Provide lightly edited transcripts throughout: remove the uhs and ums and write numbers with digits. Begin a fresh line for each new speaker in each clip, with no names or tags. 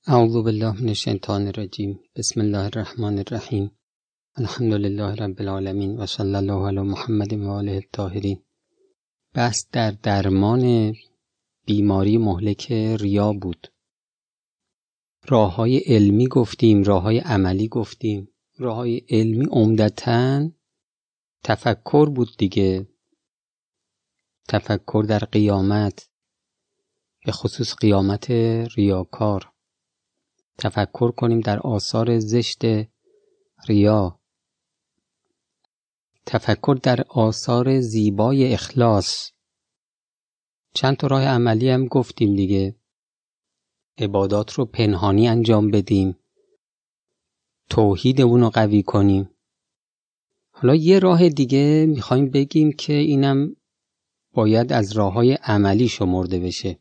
اعوذ بالله من الشیطان الرجیم. بسم الله الرحمن الرحیم. الحمد لله رب العالمین و صلی الله علی محمد و آله الطاهرین. بحث در درمان بیماری مهلک ریا بود. راه‌های علمی گفتیم، راه‌های عملی گفتیم. راه‌های علمی عمدتاً تفکر بود دیگه. تفکر در قیامت، به خصوص قیامت ریاکار. تفکر کنیم در آثار زشت ریا. تفکر در آثار زیبای اخلاص. چند تا راه عملی هم گفتیم دیگه. عبادات رو پنهانی انجام بدیم، توحیدمون رو قوی کنیم. حالا یه راه دیگه میخوایم بگیم که اینم باید از راه‌های عملی شمرده بشه.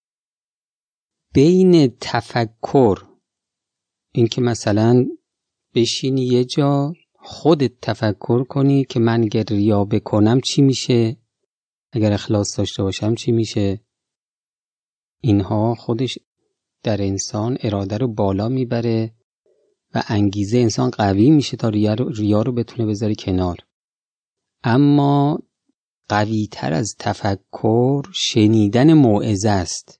بین تفکر، این که مثلا بشینی یه جا خودت تفکر کنی که من اگر ریا بکنم چی میشه، اگر اخلاص داشته باشم چی میشه، اینها خودش در انسان اراده رو بالا میبره و انگیزه انسان قوی میشه تا ریا رو بتونه بذاره کنار. اما قوی تر از تفکر شنیدن موعظه است.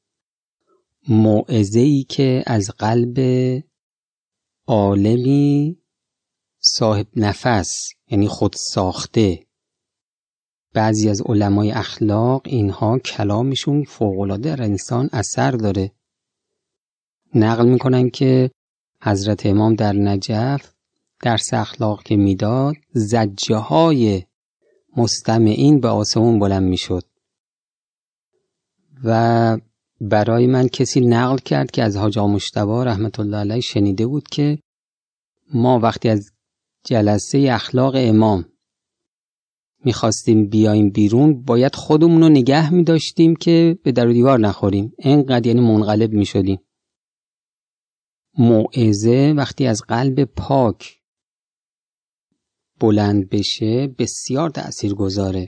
موعظه‌ای که از قلب عالمی صاحب نفس، یعنی خود ساخته. بعضی از علمای اخلاق اینها کلامشون فوق‌العاده در انسان اثر داره. نقل میکنن که حضرت امام در نجف درس اخلاق که میداد، زجه های مستمعین به آسمون بلند میشد. و برای من کسی نقل کرد که از حاج آقا مجتبی رحمت الله علیه شنیده بود که ما وقتی از جلسه اخلاق امام میخواستیم بیایم بیرون، باید خودمون رو نگه میداشتیم که به در و دیوار نخوریم. اینقدر یعنی منقلب میشدیم. موعظه وقتی از قلب پاک بلند بشه بسیار تأثیر گذاره.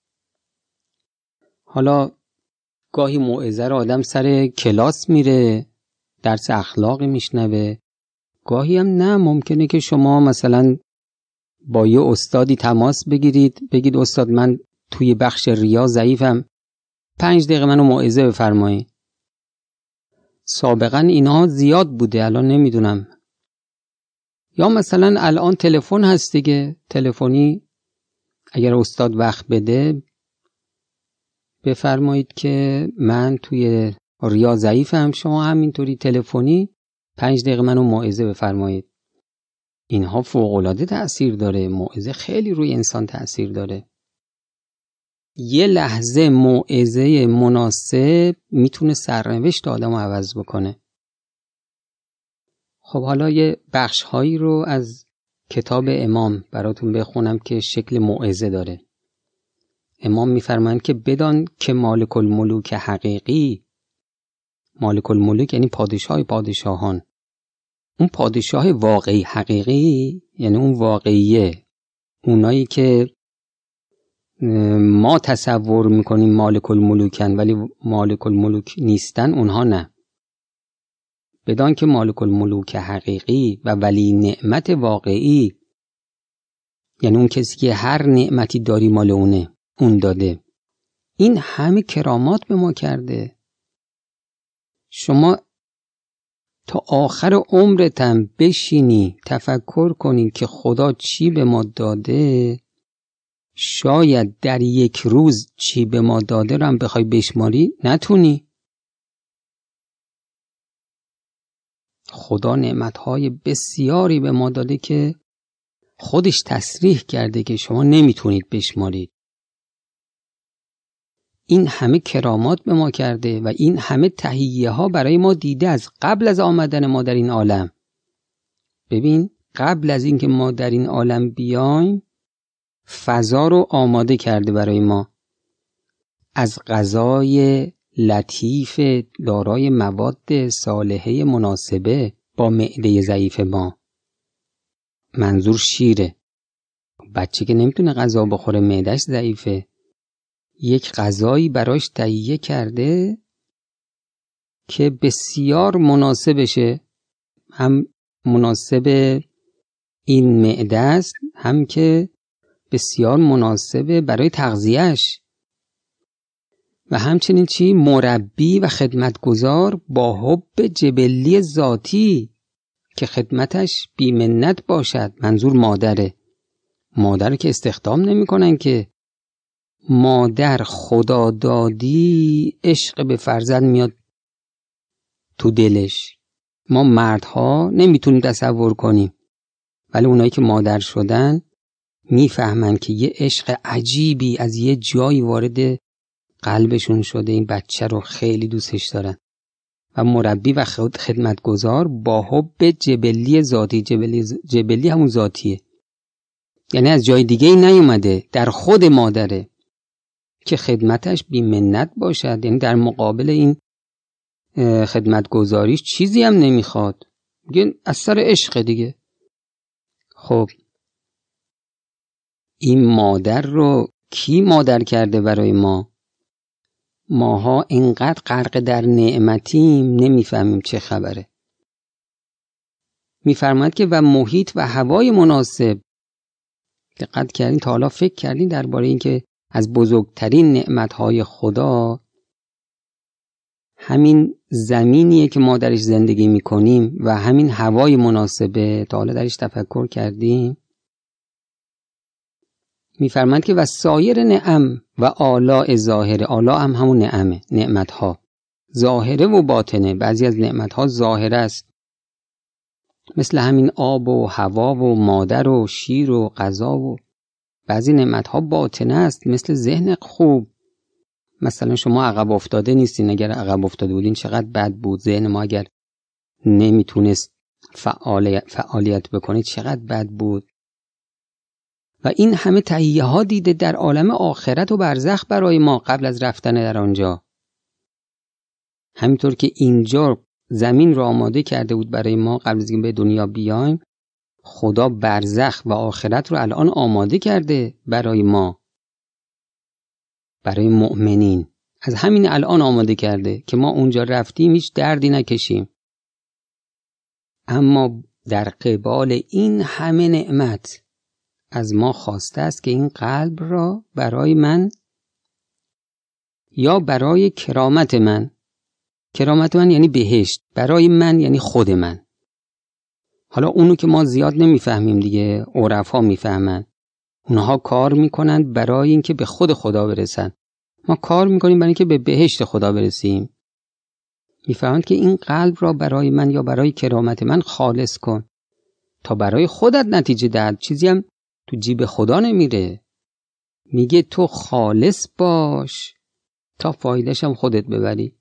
حالا گاهی موعظه رو آدم سر کلاس میره، درس اخلاقی میشنوه. گاهی هم نه، ممکنه که شما مثلا با یه استادی تماس بگیرید، بگید استاد من توی بخش ریا ضعیفم، 5 دقیقه منو موعظه بفرمایید. سابقا اینها زیاد بوده، الان نمیدونم. یا مثلا الان تلفن هست دیگه، تلفنی اگر استاد وقت بده بفرمایید که من توی ریا ضعیفم، شما همینطوری تلفنی 5 دقیقه منو موعظه بفرمایید. اینها فوق‌العاده تأثیر داره. موعظه خیلی روی انسان تأثیر داره. یه لحظه موعظه مناسب میتونه سرنوشت آدمو عوض بکنه. خب حالا یه بخش هایی رو از کتاب امام براتون بخونم که شکل موعظه داره. امام میفرمایند که بدان که مالک الملوک حقیقی، مالک الملوک یعنی پادشاهان، اون پادشاه واقعی حقیقی یعنی اون واقعیه، اونایی که ما تصور میکنیم مالک الملوکن ولی مالک الملوک نیستن، اونها نه. بدان که مالک الملوک حقیقی و ولی نعمت واقعی، یعنی اون کسی که هر نعمتی داری مال اونه، اون داده. این همه کرامات به ما کرده. شما تا آخر عمرتم بشینی تفکر کنی که خدا چی به ما داده، شاید در یک روز چی به ما داده رو هم بخوای بشماری نتونی. خدا نعمتهای بسیاری به ما داده که خودش تصریح کرده که شما نمیتونید بشمارید. این همه کرامات به ما کرده و این همه تهیه ها برای ما دیده از قبل از آمدن ما در این عالم. ببین، قبل از اینکه ما در این عالم بیایم فضا رو آماده کرده برای ما، از غذای لطیف دارای مواد صالحه مناسبه با معده ضعیف ما. منظور شیره. بچه که نمیتونه غذا بخوره، معدهش ضعیفه، یک غذایی براش تهیه کرده که بسیار مناسبشه، هم مناسب این معده است، هم که بسیار مناسبه برای تغذیهش، و همچنین چی؟ مربی و خدمتگزار با حب جبلی ذاتی که خدمتش بی‌منت باشد. منظور مادره. مادر که استخدام نمی کنن، که مادر خدادادی عشق به فرزند میاد تو دلش. ما مردها نمیتونیم تصور کنیم، ولی اونایی که مادر شدن میفهمن که یه عشق عجیبی از یه جایی وارد قلبشون شده، این بچه رو خیلی دوستش دارن. و مربی و خدمتگزار با حب جبلی ذاتی. جبلی همون ذاتیه، یعنی از جای دیگه ای نیومده، در خود مادره که خدمتش بی منت باشد. یعنی در مقابل این خدمتگزاریش چیزی هم نمیخواد، میگه از سر عشق دیگه. خب این مادر رو کی مادر کرده برای ما؟ ماها اینقدر غرق در نعمتیم نمیفهمیم چه خبره. میفرماید که و محیط و هوای مناسب. دقت کردین تا حالا فکر کردین درباره این که از بزرگترین نعمتهای خدا همین زمینیه که ما درش زندگی میکنیم و همین هوای مناسبه؟ تا حالا درش تفکر کردیم؟ میفرماید که و سایر نعم و آلاء ظاهره. آلاء هم همون نعمه، نعمتها ظاهره و باطنه. بعضی از نعمتها ظاهره است، مثل همین آب و هوا و مادر و شیر و غذا، و بعضی نعمتها باطنه است، مثل ذهن خوب. مثلا شما عقب افتاده نیستین، اگر عقب افتاده بودین چقدر بد بود. ذهن ما اگر نمیتونست فعالیت بکنه چقدر بد بود. و این همه تهیه ها دیده در عالم آخرت و برزخ برای ما قبل از رفتن در آنجا. همینطور که اینجا زمین را آماده کرده بود برای ما قبل از اینکه به دنیا بیایم، خدا برزخ و آخرت رو الان آماده کرده برای ما، برای مؤمنین. از همین الان آماده کرده که ما اونجا رفتیم هیچ دردی نکشیم. اما در قبال این همه نعمت از ما خواسته است که این قلب را برای من یا برای کرامت من، کرامت من یعنی بهشت، برای من یعنی خود من. حالا اونو که ما زیاد نمیفهمیم دیگه، عرفا میفهمن. اونها کار میکنن برای اینکه به خود خدا برسن، ما کار میکنیم برای اینکه به بهشت خدا برسیم. میفهمند که این قلب را برای من یا برای کرامت من خالص کن تا برای خودت نتیجه دهد. چیزی هم تو جیب خدا نمیره. میگه تو خالص باش تا فایدهش هم خودت ببری.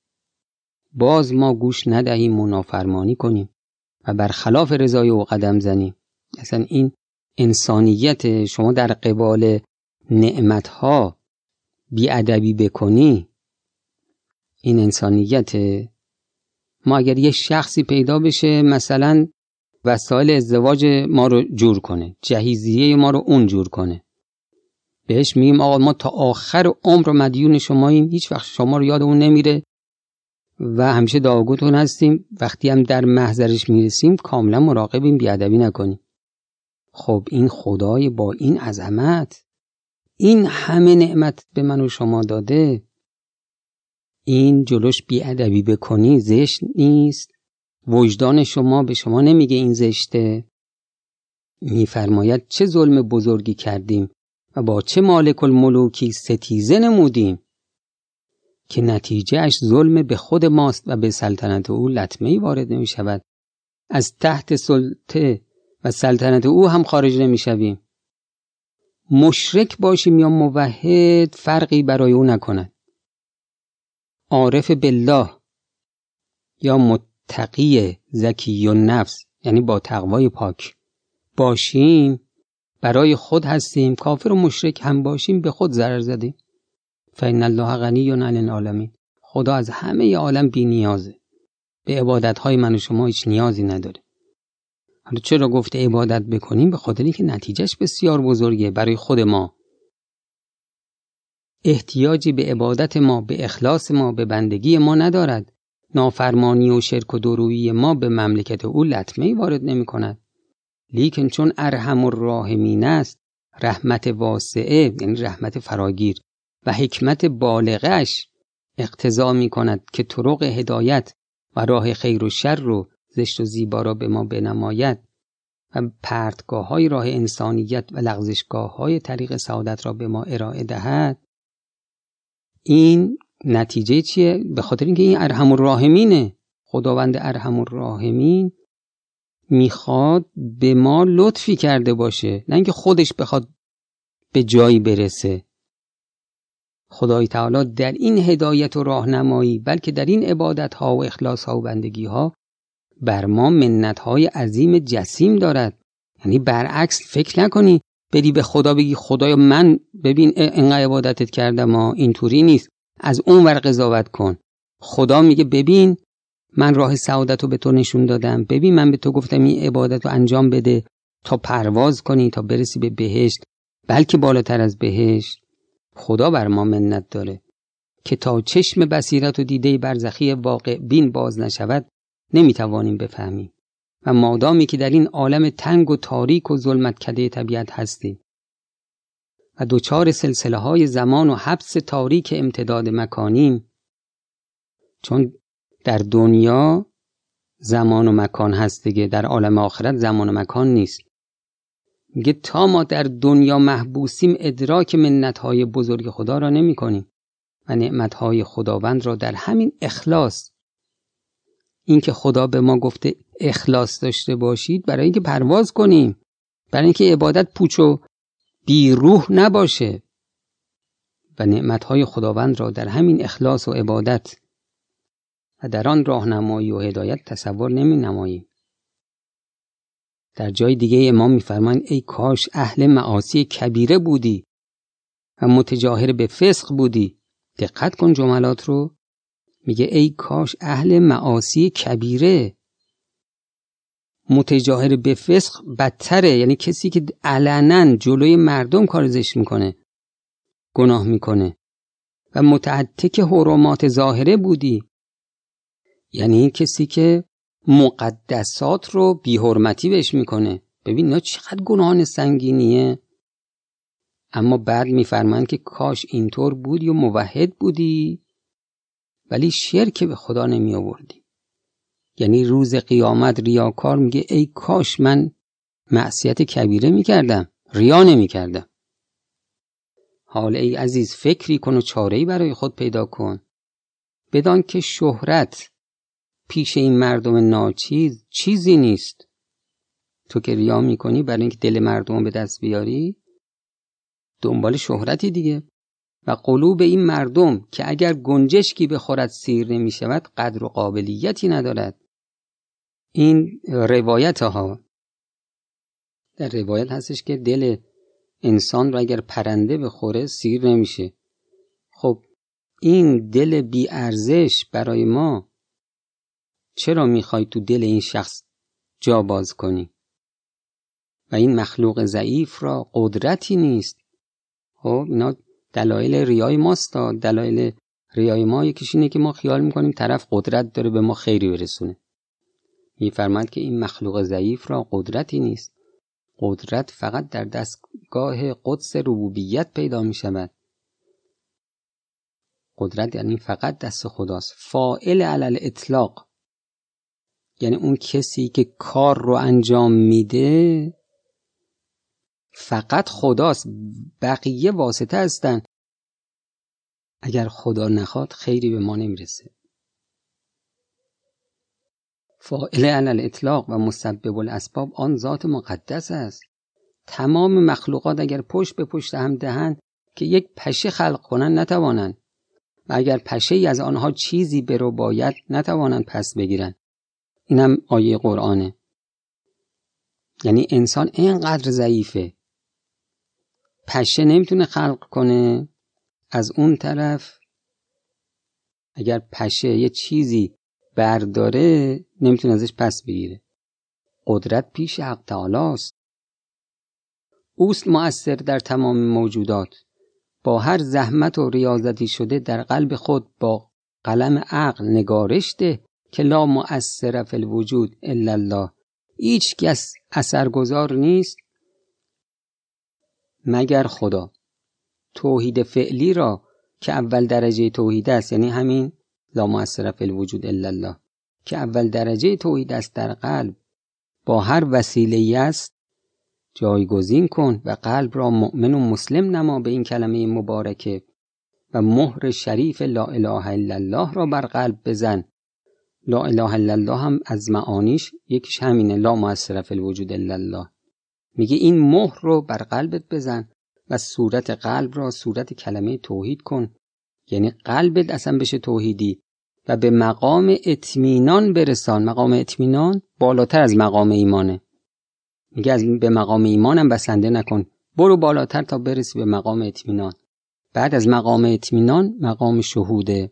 باز ما گوش ندهیم و نافرمانی کنیم و برخلاف رضای او قدم زنیم. اصلا این انسانیت. شما در قبال نعمتها بی‌ادبی بکنی، این انسانیت. ما اگر یه شخصی پیدا بشه مثلا وسایل ازدواج ما رو جور کنه، جهیزیه ما رو اون جور کنه، بهش میگیم آقا ما تا آخر عمر مدیون شماییم، هیچ وقت شما رو یادمون نمیره و همیشه دعاگوتون هستیم. وقتی هم در محضرش میرسیم کاملا مراقبیم بی‌ادبی نکنیم. خب این خدای با این عظمت این همه نعمت به من و شما داده، این جلوش بی‌ادبی بکنی زشت نیست؟ وجدان شما به شما نمیگه این زشته؟ میفرماید چه ظلم بزرگی کردیم و با چه مالک الملوکی ستیزه نمودیم که نتیجه اش ظلم به خود ماست و به سلطنت او لطمه‌ای وارد نمی شود. از تحت سلطه و سلطنت او هم خارج نمی شویم. مشرک باشیم یا موحد فرقی برای او نکند. عارف بالله یا متقی زکی النفس یعنی با تقوای پاک باشیم برای خود هستیم. کافر و مشرک هم باشیم به خود ضرر زدیم. فإن الله غنی عن العالمین. خدا از همه عالم بی نیازه، به عبادتهای من و شما هیچ نیازی نداره. حالا چرا گفته عبادت بکنیم؟ به خاطر اینکه نتیجهش بسیار بزرگه برای خود ما. احتیاجی به عبادت ما، به اخلاص ما، به بندگی ما ندارد. نافرمانی و شرک و درویی ما به مملکت او لطمه‌ای وارد نمی‌کند. لیکن چون ارحم الراحمین است، رحمت واسعه یعنی رحمت فراگیر و حکمت بالغش اقتضا می‌کند که طرق هدایت و راه خیر و شر رو زشت و زیبا را به ما بنماید و پرتگاه‌های راه انسانیت و لغزشگاه‌های طریق سعادت را به ما ارائه دهد. این نتیجه چیه؟ به خاطر اینکه این ارحم الراحمینه. خداوند ارحم الراحمین میخواد به ما لطفی کرده باشه، نه اینکه خودش بخواد به جایی برسه. خدای تعالی در این هدایت و راهنمایی بلکه در این عبادت‌ها و اخلاص‌ها و بندگی‌ها بر ما منت‌های عظیم جسیم دارد. یعنی برعکس فکر نکنی بری به خدا بگی خدایا من ببین اینقدر عبادتت کردم، اینطوری نیست، از اون ور قضاوت کن. خدا میگه ببین من راه سعادت رو به تو نشون دادم، ببین من به تو گفتم این عبادت رو انجام بده تا پرواز کنی تا برسی به بهشت، بلکه بالاتر از بهشت. خدا بر ما منت داره که تا چشم بصیرت و دیده برزخی واقع بین باز نشود نمیتوانیم بفهمیم و مادامی که در این عالم تنگ و تاریک و ظلمت کده طبیعت هستیم و دوچار سلسله های زمان و حبس تاریک امتداد مکانیم، چون در دنیا زمان و مکان هست دیگه، در عالم آخرت زمان و مکان نیست. میگه تا ما در دنیا محبوسیم ادراک منت‌های بزرگ خدا را نمی کنیم و نعمت‌های خداوند را در همین اخلاص، این که خدا به ما گفته اخلاص داشته باشید برای اینکه پرواز کنیم، برای اینکه عبادت پوچ و بی روح نباشه و نعمت‌های خداوند را در همین اخلاص و عبادت و در آن راهنمایی و هدایت تصور نمی نماییم. در جای دیگه امام می‌فرمایند ای کاش اهل معاصی کبیره بودی و متجاهر به فسق بودی. دقت کن جملات رو. میگه ای کاش اهل معاصی کبیره، متجاهر به فسق بدتره، یعنی کسی که علنا جلوی مردم کار زشت میکنه، گناه میکنه، و متعتک حرمات ظاهره بودی، یعنی کسی که مقدسات رو بی حرمتی بهش میکنه. ببین اینا چقدر گناهان سنگینیه. اما بعد میفرمایند که کاش اینطور بودی و موحد بودی ولی شرک به خدا نمی آوردی. یعنی روز قیامت ریاکار میگه ای کاش من معصیت کبیره میکردم، ریا نمیکردم. حال ای عزیز فکری کن و چاره‌ای برای خود پیدا کن. بدان که شهرت پیش این مردم ناچیز چیزی نیست. تو که ریا میکنی برای اینکه دل مردم به دست بیاری، دنبال شهرتی دیگه. و قلوب این مردم که اگر گنجشکی بخورد سیر نمی شود قدر و قابلیتی ندارد. این روایت ها، در روایت هستش که دل انسان را اگر پرنده بخوره سیر نمیشه. خب این دل بی ارزش برای ما چرا میخوای تو دل این شخص جا باز کنی؟ و این مخلوق ضعیف را قدرتی نیست. خب اینا دلایل ریای ماست. دلایل ریای ما یکیش اینه که ما خیال میکنیم طرف قدرت داره به ما خیری برسونه. میفرماید که این مخلوق ضعیف را قدرتی نیست. قدرت فقط در دستگاه قدس ربوبیت پیدا میشود. قدرت یعنی فقط دست خداست. فاعل علی الاطلاق، یعنی اون کسی که کار رو انجام میده فقط خداست، بقیه واسطه هستن. اگر خدا نخواد خیری به ما نمیرسه. فاعل علی الاطلاق و مسبب الاسباب آن ذات مقدس است. تمام مخلوقات اگر پشت به پشت هم دهند که یک پشه خلق کنن نتوانند، و اگر پشه ای از آنها چیزی برو باید نتوانند پس بگیرن. اینم آیه قرآنه. یعنی انسان اینقدر ضعیفه، پشه نمیتونه خلق کنه. از اون طرف اگر پشه یه چیزی برداره نمیتونه ازش پس بگیره. قدرت پیش حق تعالی است. اوست مؤثر در تمام موجودات. با هر زحمت و ریاضتی شده در قلب خود با قلم عقل نگارش ده که لا مؤثر فی الوجود الا الله، هیچ کس اثرگذار نیست مگر خدا. توحید فعلی را که اول درجه توحید است، یعنی همین لا مؤثر فی الوجود الا الله که اول درجه توحید است در قلب، با هر وسیله‌ای است جایگزین کن و قلب را مؤمن و مسلم نما به این کلمه مبارکه و مهر شریف لا اله الا الله را بر قلب بزن. لا اله الا الله هم از معانیش یکیش همینه، لا مؤثر فی الوجود الا الله. میگه این مهر رو بر قلبت بزن و صورت قلب را صورت کلمه توحید کن، یعنی قلبت اصلا بشه توحیدی و به مقام اطمینان برسان. مقام اطمینان بالاتر از مقام ایمانه. میگه از به مقام ایمانم بسنده نکن، برو بالاتر تا برسی به مقام اطمینان. بعد از مقام اطمینان مقام شهوده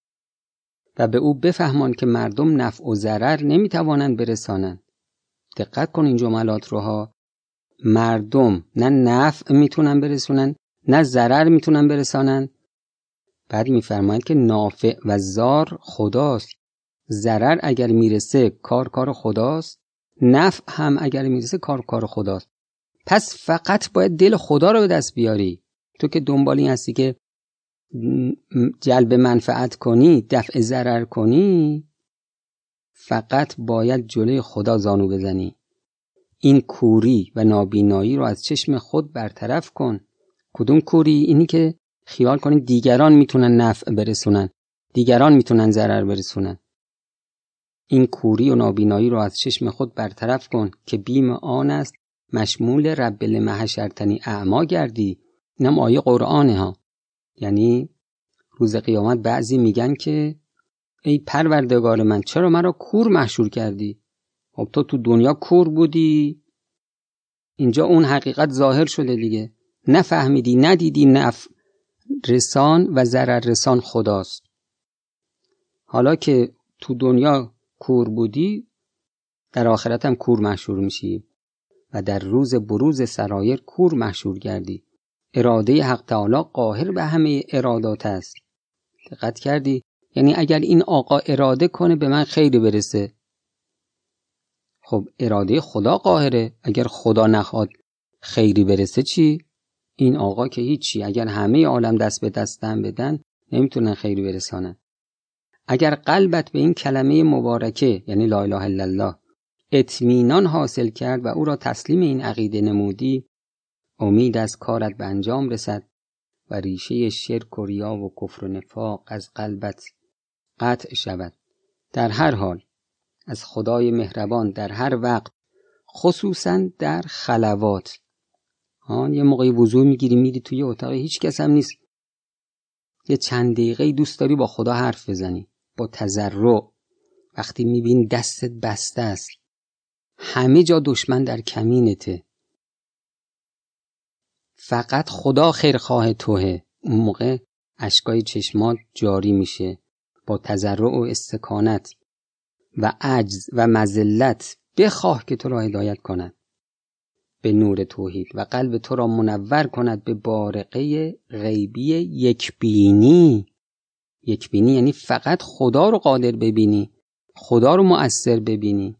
و به او بفهمان که مردم نفع و ضرر نمیتوانند برسانند. دقت کن این جملات رو ها. مردم نه نفع میتونن برسونن نه ضرر میتونن برسانن. بعد میفرمایند که نافع و ضار خداست. ضرر اگر میرسه کار خداست، نفع هم اگر میرسه کار خداست. پس فقط باید دل خدا رو به دست بیاری. تو که دنبال این هستی که جلب منفعت کنی، دفع ضرر کنی، فقط باید جلوی خدا زانو بزنی. این کوری و نابینایی رو از چشم خود برطرف کن. کدوم کوری؟ اینی که خیال کنی دیگران میتونن نفع برسونن، دیگران میتونن ضرر برسونن. این کوری و نابینایی رو از چشم خود برطرف کن که بیم آن است مشمول رب لم حشرتنی اعمی گردی. اینم آیه قرآنه ها. یعنی روز قیامت بعضی میگن که ای پروردگار من چرا مرا کور محشور کردی؟ خب تو دنیا کور بودی، اینجا اون حقیقت ظاهر شده دیگه. نفهمیدی، ندیدی نفع رسان و ضرر رسان خداست. حالا که تو دنیا کور بودی، در آخرت هم کور محشور میشی و در روز بروز سرایر کور محشور گردی. اراده حق تعالی قاهر به همه ارادات است. دقت کردی؟ یعنی اگر این آقا اراده کنه به من خیری برسه، خب اراده خدا قاهره. اگر خدا نخواد خیری برسه چی؟ این آقا که هیچی. اگر همه عالم دست به دستم بدن نمیتونن خیری برسانن. اگر قلبت به این کلمه مبارکه یعنی لا اله الا الله اطمینان حاصل کرد و او را تسلیم این عقیده نمودی، امید از کارت به انجام رسد و ریشه شرک و ریا و کفر و نفاق از قلبت قطع شود. در هر حال از خدای مهربان در هر وقت، خصوصا در خلوات، یه موقعی وضو میگیری میری توی اتاق هیچ کس هم نیست، یه چند دقیقه دوست داری با خدا حرف بزنی با تضرع. وقتی میبینی دستت بسته است، همه جا دشمن در کمینته، فقط خدا خیرخواه توه، اون موقع اشکای چشمات جاری میشه. با تضرع و استکانت و عجز و مذلت بخواه که تو را هدایت کند به نور توحید و قلب تو را منور کند به بارقه غیبی یکبینی. یکبینی یعنی فقط خدا رو قادر ببینی، خدا رو مؤثر ببینی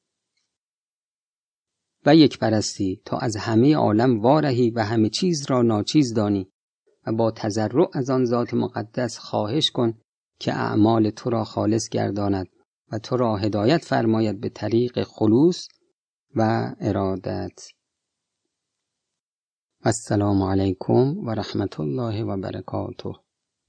و یک پرستی تا از همه عالم وارهی و همه چیز را ناچیز دانی و با تضرع از آن ذات مقدس خواهش کن که اعمال تو را خالص گرداند و تو را هدایت فرماید به طریق خلوص و ارادت. السلام علیکم و رحمت الله و برکاته.